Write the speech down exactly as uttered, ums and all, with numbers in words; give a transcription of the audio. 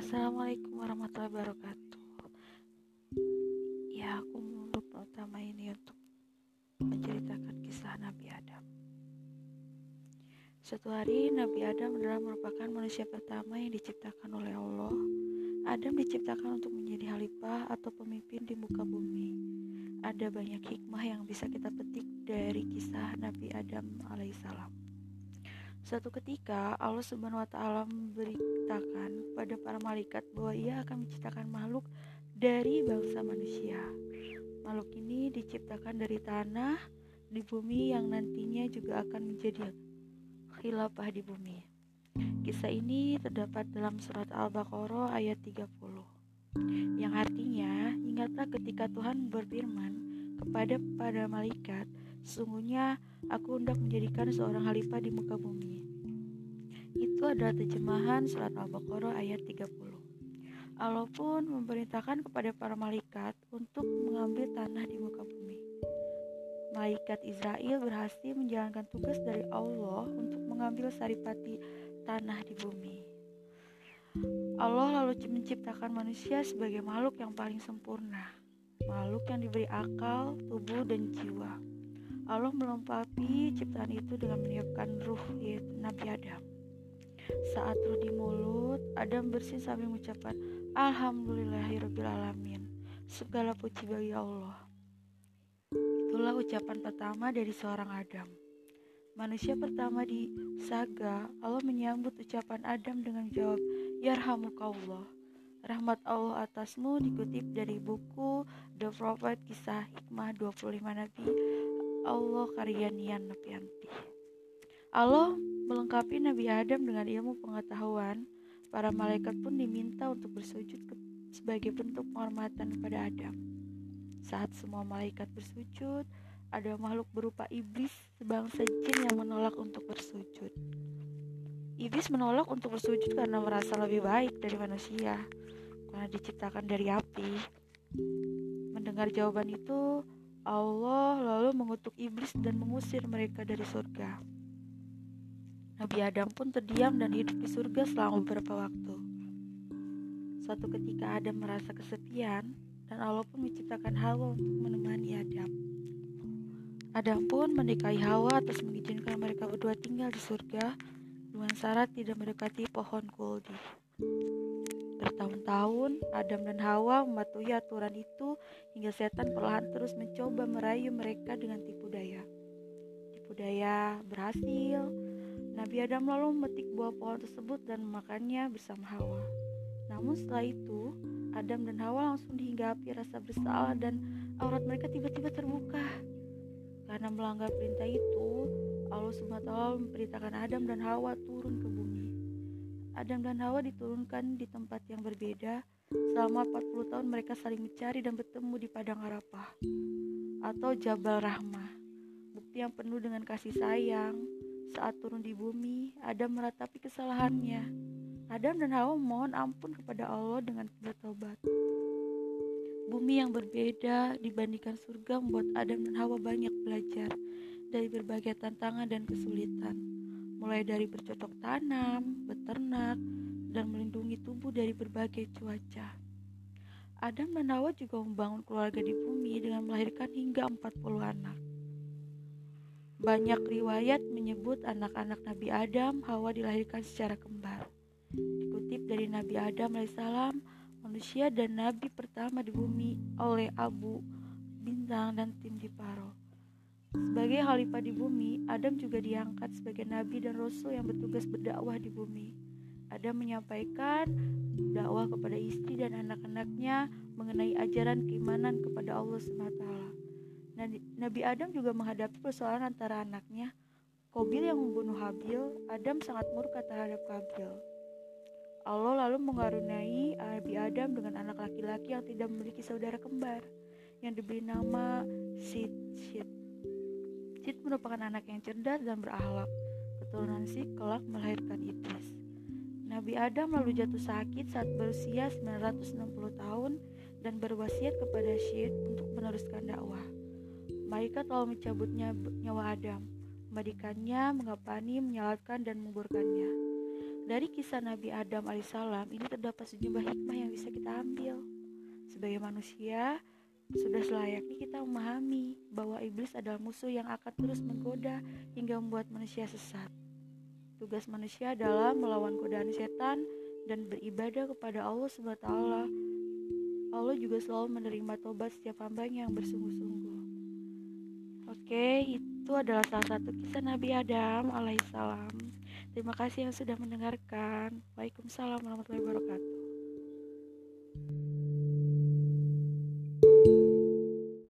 Assalamualaikum warahmatullahi wabarakatuh. Ya, aku untuk pertama ini untuk menceritakan kisah Nabi Adam. Suatu hari Nabi Adam adalah merupakan manusia pertama yang diciptakan oleh Allah. Adam diciptakan untuk menjadi khalifah atau pemimpin di muka bumi. Ada banyak hikmah yang bisa kita petik dari kisah Nabi Adam alaihissalam. Suatu ketika Allah Subhanahu wa taala memberitakan pada para malaikat bahwa Ia akan menciptakan makhluk dari bangsa manusia. Makhluk ini diciptakan dari tanah di bumi yang nantinya juga akan menjadi khilafah di bumi. Kisah ini terdapat dalam surat Al-Baqarah ayat tiga puluh, yang artinya, ingatlah ketika Tuhan berfirman kepada para malaikat, sesungguhnya aku hendak menjadikan seorang khalifah di muka bumi. Itu adalah terjemahan surat Al-Baqarah ayat tiga puluh. Allah pun memerintahkan kepada para malaikat untuk mengambil tanah di muka bumi. Malaikat Israel berhasil menjalankan tugas dari Allah untuk mengambil saripati tanah di bumi. Allah lalu menciptakan manusia sebagai makhluk yang paling sempurna, makhluk yang diberi akal, tubuh, dan jiwa. Allah melengkapi ciptaan itu dengan meniupkan ruh, yaitu Nabi Adam. Saat ruh di mulut, Adam bersin sambil mengucapkan Alhamdulillahirrabbilalamin, segala puji bagi Allah. Itulah ucapan pertama dari seorang Adam, manusia pertama di Saga. Allah menyambut ucapan Adam dengan jawab Yarhamukallah, rahmat Allah atasmu, dikutip dari buku The Prophet, Kisah Hikmah dua puluh lima Nabi Allah karya Nian Nopianti. Allah melengkapi Nabi Adam dengan ilmu pengetahuan. Para malaikat pun diminta untuk bersujud ke, sebagai bentuk penghormatan kepada Adam. Saat semua malaikat bersujud, ada makhluk berupa iblis, sebangsa jin yang menolak untuk bersujud. Iblis menolak untuk bersujud karena merasa lebih baik dari manusia, karena diciptakan dari api. Mendengar jawaban itu, Allah lalu mengutuk iblis dan mengusir mereka dari surga. Nabi Adam pun terdiam dan hidup di surga selama beberapa waktu. Suatu ketika Adam merasa kesepian, dan Allah pun menciptakan Hawa untuk menemani Adam. Adam pun menikahi Hawa atas mengizinkan mereka berdua tinggal di surga dengan syarat tidak mendekati pohon kuldi. Bertahun-tahun, Adam dan Hawa mematuhi aturan itu hingga setan perlahan terus mencoba merayu mereka dengan tipu daya. Tipu daya berhasil. Nabi Adam lalu memetik buah pohon tersebut dan memakannya bersama Hawa. Namun setelah itu, Adam dan Hawa langsung dihinggapi rasa bersalah dan aurat mereka tiba-tiba terbuka. Karena melanggar perintah itu, Allah subhanahu wa taala memperintahkan Adam dan Hawa turun ke bumi. Adam dan Hawa diturunkan di tempat yang berbeda. Selama empat puluh tahun mereka saling mencari dan bertemu di Padang Arafah atau Jabal Rahmah, bukti yang penuh dengan kasih sayang. Saat turun di bumi, Adam meratapi kesalahannya. Adam dan Hawa memohon ampun kepada Allah dengan bertobat. Bumi yang berbeda dibandingkan surga membuat Adam dan Hawa banyak belajar dari berbagai tantangan dan kesulitan, mulai dari bercocok tanam, beternak, dan melindungi tubuh dari berbagai cuaca. Adam dan Hawa juga membangun keluarga di bumi dengan melahirkan hingga empat puluh anak. Banyak riwayat menyebut anak-anak Nabi Adam, Hawa dilahirkan secara kembar. Dikutip dari Nabi Adam alaihissalam, manusia dan nabi pertama di bumi oleh Abu Bintang dan tim Jiparo. Sebagai khalifah di bumi, Adam juga diangkat sebagai nabi dan rasul yang bertugas berdakwah di bumi. Adam menyampaikan dakwah kepada istri dan anak-anaknya mengenai ajaran keimanan kepada Allah subhanahu wa taala. Nabi Adam juga menghadapi persoalan antara anaknya, Qabil yang membunuh Habil. Adam sangat murka terhadap Qabil. Allah lalu mengaruniai Nabi Adam dengan anak laki-laki yang tidak memiliki saudara kembar, yang diberi nama Sid. Sid. Sid merupakan anak yang cerdas dan berakhlak. Keturunan Sid kelak melahirkan Idris. Nabi Adam lalu jatuh sakit saat berusia sembilan ratus enam puluh tahun dan berwasiat kepada Sid untuk meneruskan dakwah. Malaikat lalu mencabutnya nyawa Adam, memandikannya, mengapani, menyalatkan, dan menguburkannya. Dari kisah Nabi Adam alaihissalam ini terdapat sejumlah hikmah yang bisa kita ambil. Sebagai manusia, sudah selayaknya kita memahami bahwa iblis adalah musuh yang akan terus menggoda hingga membuat manusia sesat. Tugas manusia adalah melawan godaan setan dan beribadah kepada Allah subhanahu wa taala. Allah juga selalu menerima tobat setiap hambanya yang bersungguh-sungguh. Oke, itu adalah salah satu kisah Nabi Adam alaihissalam. Terima kasih yang sudah mendengarkan. Waalaikumsalam warahmatullahi wabarakatuh.